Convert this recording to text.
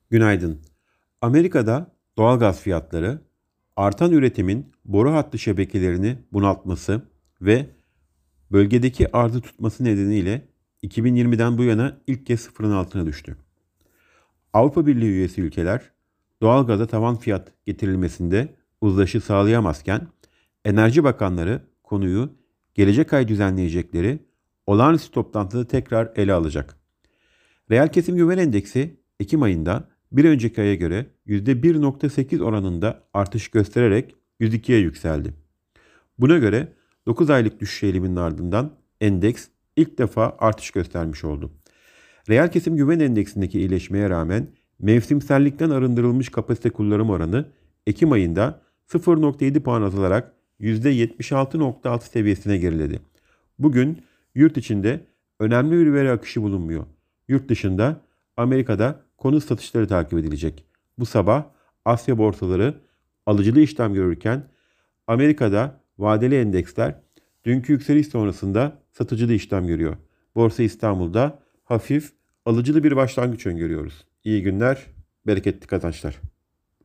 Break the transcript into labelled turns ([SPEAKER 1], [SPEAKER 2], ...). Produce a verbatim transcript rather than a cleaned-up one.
[SPEAKER 1] Günaydın. Amerika'da doğalgaz fiyatları, artan üretimin boru hattı şebekelerini bunaltması ve bölgedeki arzı tutması nedeniyle iki bin yirmiden bu yana ilk kez sıfırın altına düştü. Avrupa Birliği üyesi ülkeler doğalgaza tavan fiyat getirilmesinde uzlaşı sağlayamazken Enerji Bakanları konuyu gelecek ay düzenleyecekleri olağanüstü toplantıda tekrar ele alacak. Reel kesim güven endeksi Ekim ayında bir önceki aya göre yüzde bir virgül sekiz oranında artış göstererek yüz ikiye yükseldi. Buna göre dokuz aylık düşüş eğiliminin ardından endeks ilk defa artış göstermiş oldu. Reel kesim güven endeksindeki iyileşmeye rağmen mevsimsellikten arındırılmış kapasite kullanım oranı Ekim ayında sıfır virgül yedi puan azalarak yüzde yetmiş altı virgül altı seviyesine geriledi. Bugün yurt içinde önemli bir veri akışı bulunmuyor. Yurt dışında Amerika'da konut satışları takip edilecek. Bu sabah Asya borsaları alıcılı işlem görürken Amerika'da vadeli endeksler dünkü yükseliş sonrasında satıcılı işlem görüyor. Borsa İstanbul'da hafif alıcılı bir başlangıç öngörüyoruz. İyi günler, bereketli kazançlar.